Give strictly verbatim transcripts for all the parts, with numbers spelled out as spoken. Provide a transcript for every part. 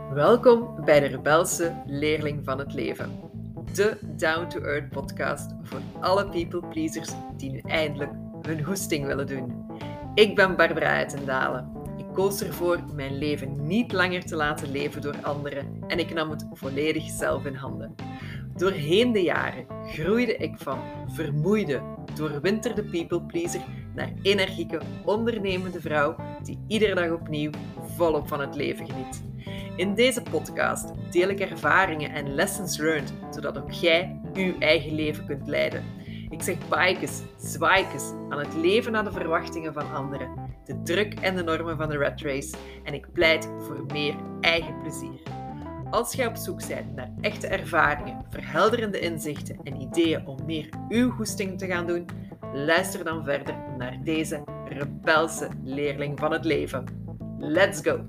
Welkom bij de rebelse leerling van het leven. De down-to-earth podcast voor alle people pleasers die nu eindelijk hun hoesting willen doen. Ik ben Barbara Uytendalen. Ik koos ervoor mijn leven niet langer te laten leven door anderen en ik nam het volledig zelf in handen. Doorheen de jaren groeide ik van vermoeide, doorwinterde people pleaser naar energieke, ondernemende vrouw die iedere dag opnieuw volop van het leven geniet. In deze podcast deel ik ervaringen en lessons learned, zodat ook jij uw eigen leven kunt leiden. Ik zeg baaikes, zwaaikes aan het leven naar de verwachtingen van anderen, de druk en de normen van de rat race en ik pleit voor meer eigen plezier. Als jij op zoek bent naar echte ervaringen, verhelderende inzichten en ideeën om meer uw goesting te gaan doen, luister dan verder naar deze rebelse leerling van het leven. Let's go!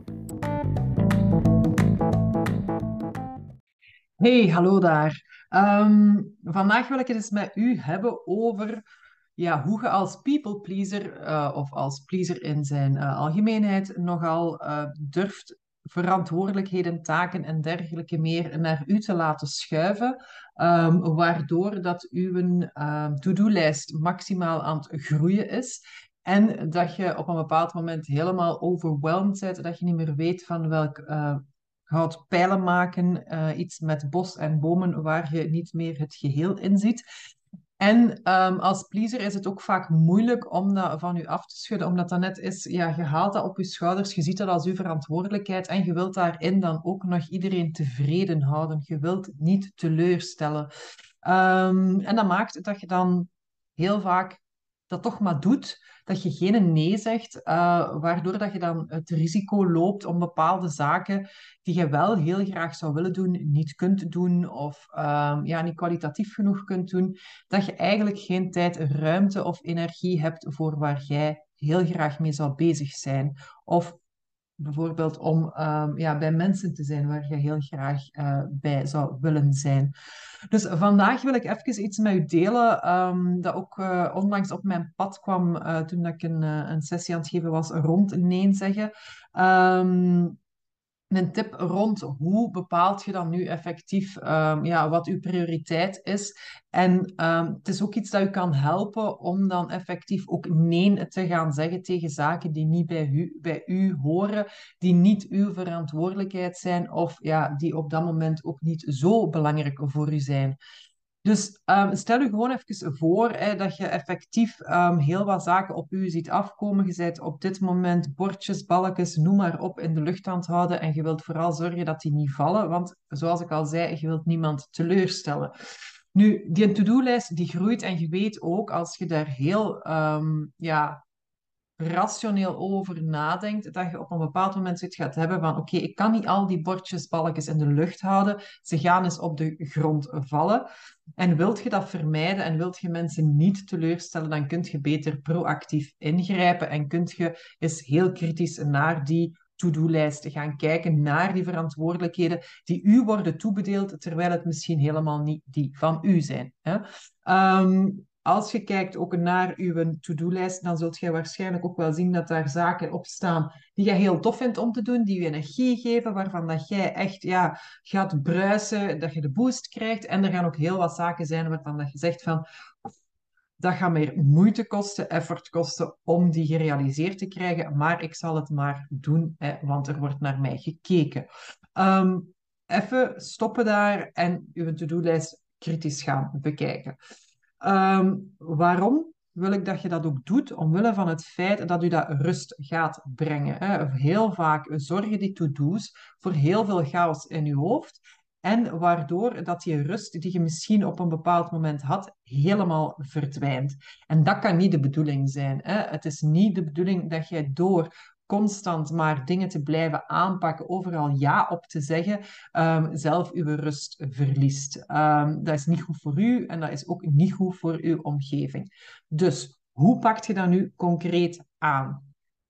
Hey, hallo daar. Um, vandaag wil ik het eens met u hebben over ja, hoe je als people pleaser uh, of als pleaser in zijn uh, algemeenheid nogal uh, durft verantwoordelijkheden, taken en dergelijke meer naar u te laten schuiven, um, waardoor dat uw uh, to-do-lijst maximaal aan het groeien is. En dat je op een bepaald moment helemaal overweldigd bent, dat je niet meer weet van welk uh, goud pijlen maken, uh, iets met bos en bomen waar je niet meer het geheel in ziet. En um, als pleaser is het ook vaak moeilijk om dat van je af te schudden, omdat dat net is, ja, je haalt dat op je schouders, je ziet dat als je verantwoordelijkheid en je wilt daarin dan ook nog iedereen tevreden houden. Je wilt niet teleurstellen. Um, en dat maakt dat je dan heel vaak dat toch maar doet, dat je geen nee zegt, uh, waardoor dat je dan het risico loopt om bepaalde zaken die je wel heel graag zou willen doen, niet kunt doen of um, ja, niet kwalitatief genoeg kunt doen, dat je eigenlijk geen tijd, ruimte of energie hebt voor waar jij heel graag mee zou bezig zijn. Of bijvoorbeeld om um, ja, bij mensen te zijn waar je heel graag uh, bij zou willen zijn. Dus vandaag wil ik even iets met u delen um, dat ook uh, onlangs op mijn pad kwam uh, toen ik een, uh, een sessie aan het geven was rond nee zeggen. Um, een tip rond hoe bepaalt je dan nu effectief um, ja, wat uw prioriteit is. En um, het is ook iets dat u kan helpen om dan effectief ook nee te gaan zeggen tegen zaken die niet bij u, bij u horen, die niet uw verantwoordelijkheid zijn of ja, die op dat moment ook niet zo belangrijk voor u zijn. Dus um, stel u gewoon even voor hè, dat je effectief um, heel wat zaken op u ziet afkomen. Je bent op dit moment bordjes, balkjes, noem maar op, in de lucht aan het houden. En je wilt vooral zorgen dat die niet vallen. Want zoals ik al zei, je wilt niemand teleurstellen. Nu, die to-do-lijst die groeit en je weet ook, als je daar heel um, ja, rationeel over nadenkt, dat je op een bepaald moment zoiets gaat hebben van oké, okay, ik kan niet al die bordjes, balkjes in de lucht houden. Ze gaan eens op de grond vallen. En wilt je dat vermijden en wilt je mensen niet teleurstellen, dan kun je beter proactief ingrijpen en kun je eens heel kritisch naar die to-do-lijsten gaan kijken, naar die verantwoordelijkheden die u worden toebedeeld, terwijl het misschien helemaal niet die van u zijn. Hè? Um, als je kijkt ook naar uw to-do-lijst, dan zult je waarschijnlijk ook wel zien dat daar zaken op staan die je heel tof vindt om te doen, die je energie geven, waarvan dat jij echt ja, gaat bruisen, dat je de boost krijgt. En er gaan ook heel wat zaken zijn waarvan dat je zegt van, dat gaat meer moeite kosten, effort kosten om die gerealiseerd te krijgen, maar ik zal het maar doen, hè, want er wordt naar mij gekeken. Um, even stoppen daar en uw to-do-lijst kritisch gaan bekijken. Um, waarom wil ik dat je dat ook doet? Omwille van het feit dat u dat rust gaat brengen. Hè. Heel vaak zorgen die to-do's voor heel veel chaos in uw hoofd. En waardoor dat die rust die je misschien op een bepaald moment had, helemaal verdwijnt. En dat kan niet de bedoeling zijn. Hè. Het is niet de bedoeling dat jij door constant maar dingen te blijven aanpakken, overal ja op te zeggen, um, zelf uw rust verliest. Um, dat is niet goed voor u en dat is ook niet goed voor uw omgeving. Dus hoe pakt je dat nu concreet aan?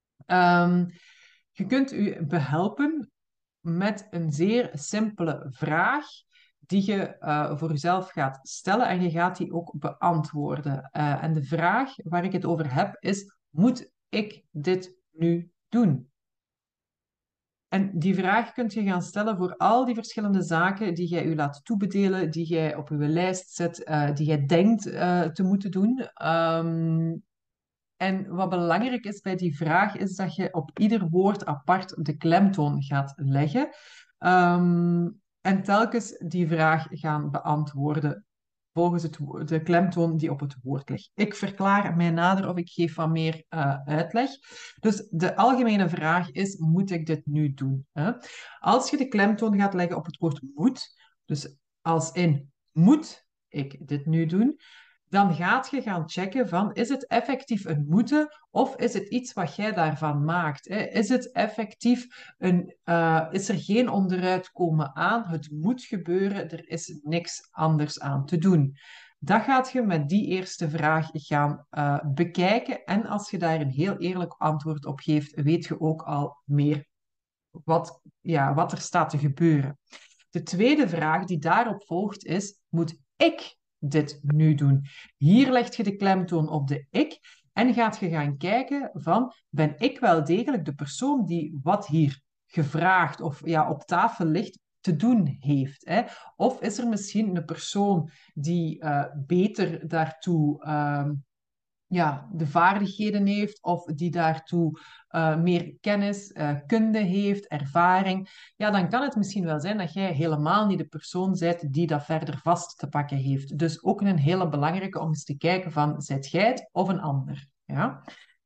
Um, je kunt u behelpen met een zeer simpele vraag die je uh, voor jezelf gaat stellen en je gaat die ook beantwoorden. Uh, en de vraag waar ik het over heb is, moet ik dit nu doen? En die vraag kunt je gaan stellen voor al die verschillende zaken die jij u laat toebedelen, die jij op uw lijst zet, uh, die jij denkt uh, te moeten doen. Um, en wat belangrijk is bij die vraag, is dat je op ieder woord apart de klemtoon gaat leggen. Um, en telkens die vraag gaan beantwoorden volgens het, de klemtoon die op het woord ligt. Ik verklaar mij nader of ik geef wat meer uh, uitleg. Dus de algemene vraag is, moet ik dit nu doen? Hè? Als je de klemtoon gaat leggen op het woord moet, dus als in moet ik dit nu doen, dan gaat je gaan checken van, is het effectief een moeten of is het iets wat jij daarvan maakt? Hè? Is het effectief een, uh, is er geen onderuitkomen aan? Het moet gebeuren, er is niks anders aan te doen. Dat gaat je met die eerste vraag gaan uh, bekijken en als je daar een heel eerlijk antwoord op geeft, weet je ook al meer wat, ja, wat er staat te gebeuren. De tweede vraag die daarop volgt is, moet ik dit nu doen? Hier leg je de klemtoon op de ik en gaat je gaan kijken van, ben ik wel degelijk de persoon die wat hier gevraagd of ja, op tafel ligt te doen heeft? Hè? Of is er misschien een persoon die uh, beter daartoe uh, ja, de vaardigheden heeft of die daartoe uh, meer kennis, uh, kunde heeft, ervaring, ja, dan kan het misschien wel zijn dat jij helemaal niet de persoon bent die dat verder vast te pakken heeft. Dus ook een hele belangrijke om eens te kijken van, zijt jij het of een ander? Ja?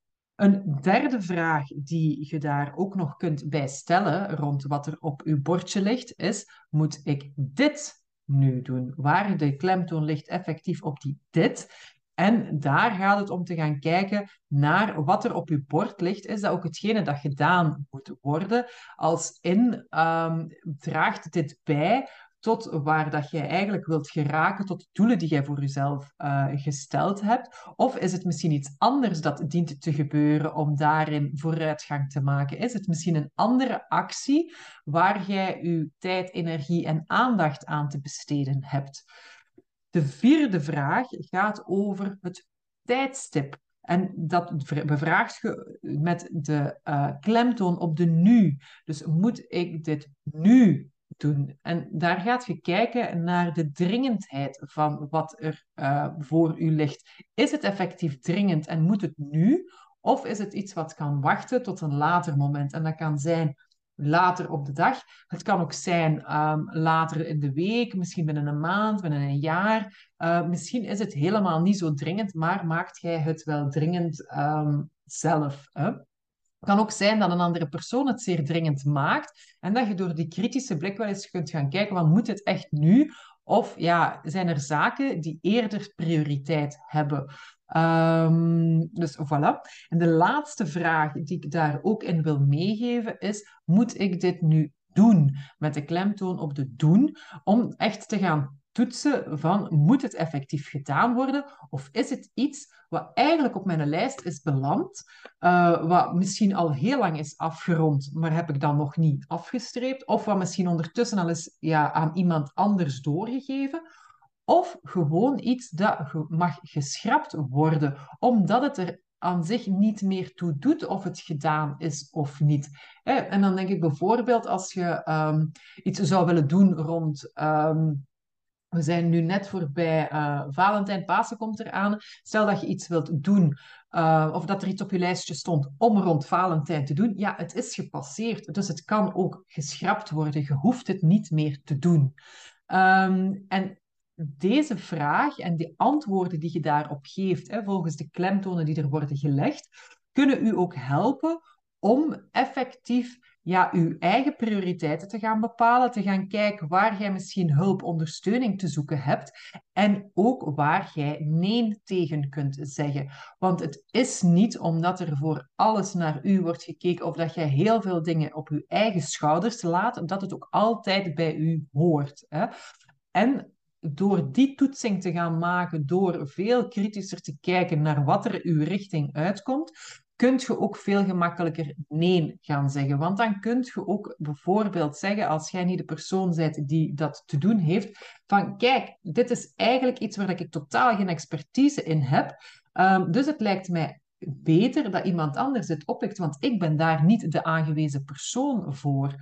Een derde vraag die je daar ook nog kunt bij stellen rond wat er op uw bordje ligt, is, moet ik dit nu doen? Waar de klemtoon ligt effectief op die dit. En daar gaat het om te gaan kijken naar wat er op uw bord ligt. Is dat ook hetgene dat gedaan moet worden? Als in, um, draagt dit bij tot waar dat jij eigenlijk wilt geraken, tot de doelen die jij voor jezelf uh, gesteld hebt? Of is het misschien iets anders dat dient te gebeuren om daarin vooruitgang te maken? Is het misschien een andere actie waar jij je tijd, energie en aandacht aan te besteden hebt? De vierde vraag gaat over het tijdstip. En dat bevraagt je met de uh, klemtoon op de nu. Dus moet ik dit nu doen? En daar gaat je kijken naar de dringendheid van wat er uh, voor u ligt. Is het effectief dringend en moet het nu? Of is het iets wat kan wachten tot een later moment? En dat kan zijn later op de dag. Het kan ook zijn um, later in de week, misschien binnen een maand, binnen een jaar. Uh, misschien is het helemaal niet zo dringend, maar maakt jij het wel dringend um, zelf. Hè? Het kan ook zijn dat een andere persoon het zeer dringend maakt en dat je door die kritische blik wel eens kunt gaan kijken, van, moet het echt nu? Of ja, zijn er zaken die eerder prioriteit hebben? Um, dus voilà. En de laatste vraag die ik daar ook in wil meegeven is, moet ik dit nu doen? Met de klemtoon op de doen, om echt te gaan toetsen van, moet het effectief gedaan worden? Of is het iets wat eigenlijk op mijn lijst is beland, uh, wat misschien al heel lang is afgerond, maar heb ik dan nog niet afgestreept? Of wat misschien ondertussen al is ja, aan iemand anders doorgegeven? Of gewoon iets dat mag geschrapt worden, omdat het er aan zich niet meer toe doet of het gedaan is of niet. En dan denk ik bijvoorbeeld als je um, iets zou willen doen rond... Um, we zijn nu net voorbij uh, Valentijn, Pasen komt eraan. Stel dat je iets wilt doen, uh, of dat er iets op je lijstje stond om rond Valentijn te doen. Ja, het is gepasseerd, dus het kan ook geschrapt worden. Je hoeft het niet meer te doen. Um, en deze vraag en de antwoorden die je daarop geeft, hè, volgens de klemtonen die er worden gelegd, kunnen u ook helpen om effectief ja, uw eigen prioriteiten te gaan bepalen, te gaan kijken waar jij misschien hulp, ondersteuning te zoeken hebt en ook waar jij nee tegen kunt zeggen. Want het is niet omdat er voor alles naar u wordt gekeken of dat jij heel veel dingen op uw eigen schouders laat, dat het ook altijd bij u hoort. Hè? En door die toetsing te gaan maken, door veel kritischer te kijken naar wat er uw richting uitkomt, kunt je ook veel gemakkelijker nee gaan zeggen. Want dan kunt je ook bijvoorbeeld zeggen, als jij niet de persoon bent die dat te doen heeft, van kijk, dit is eigenlijk iets waar ik totaal geen expertise in heb, um, dus het lijkt mij beter dat iemand anders het oppikt, want ik ben daar niet de aangewezen persoon voor.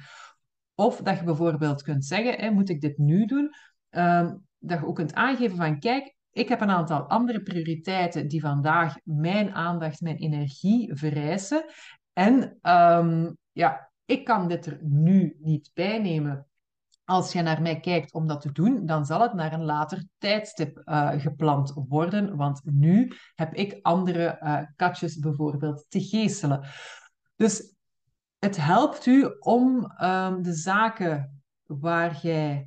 Of dat je bijvoorbeeld kunt zeggen, hè, moet ik dit nu doen? Ehm, dat je ook kunt aangeven van, kijk, ik heb een aantal andere prioriteiten die vandaag mijn aandacht, mijn energie vereisen. En um, ja, ik kan dit er nu niet bij nemen. Als je naar mij kijkt om dat te doen, dan zal het naar een later tijdstip uh, gepland worden, want nu heb ik andere uh, katjes bijvoorbeeld te geeselen. Dus het helpt u om um, de zaken waar jij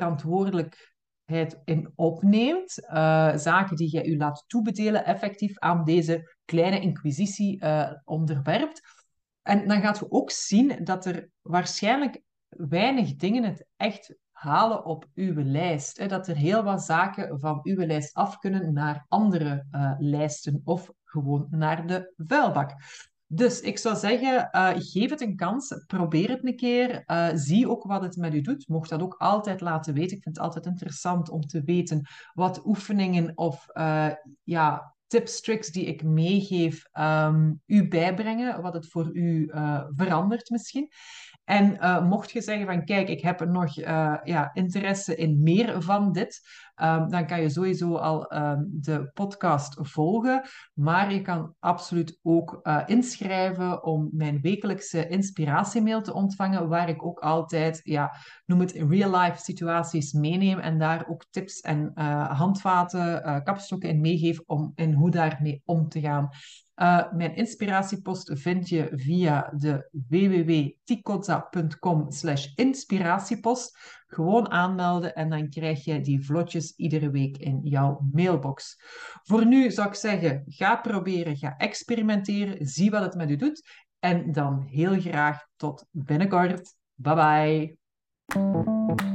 verantwoordelijkheid in opneemt, uh, zaken die jij u laat toebedelen, effectief aan deze kleine inquisitie uh, onderwerpt. En dan gaat u ook zien dat er waarschijnlijk weinig dingen het echt halen op uw lijst. Hè? Dat er heel wat zaken van uw lijst af kunnen naar andere uh, lijsten of gewoon naar de vuilbak. Dus ik zou zeggen, uh, geef het een kans, probeer het een keer, uh, zie ook wat het met u doet. Mocht dat ook altijd laten weten. Ik vind het altijd interessant om te weten wat oefeningen of uh, ja, tips, tricks die ik meegeef, um, u bijbrengen, wat het voor u uh, verandert misschien. En uh, mocht je zeggen van, kijk, ik heb nog uh, ja, interesse in meer van dit, um, dan kan je sowieso al um, de podcast volgen. Maar je kan absoluut ook uh, inschrijven om mijn wekelijkse inspiratiemail te ontvangen, waar ik ook altijd, ja, noem het real-life situaties meeneem en daar ook tips en uh, handvaten, uh, kapstokken in meegeef om in hoe daarmee om te gaan. Uh, mijn inspiratiepost vind je via de w w w punt tikotza punt com slash inspiratiepost. Gewoon aanmelden en dan krijg je die vlotjes iedere week in jouw mailbox. Voor nu zou ik zeggen, ga proberen, ga experimenteren, zie wat het met u doet en dan heel graag tot binnenkort. Bye bye!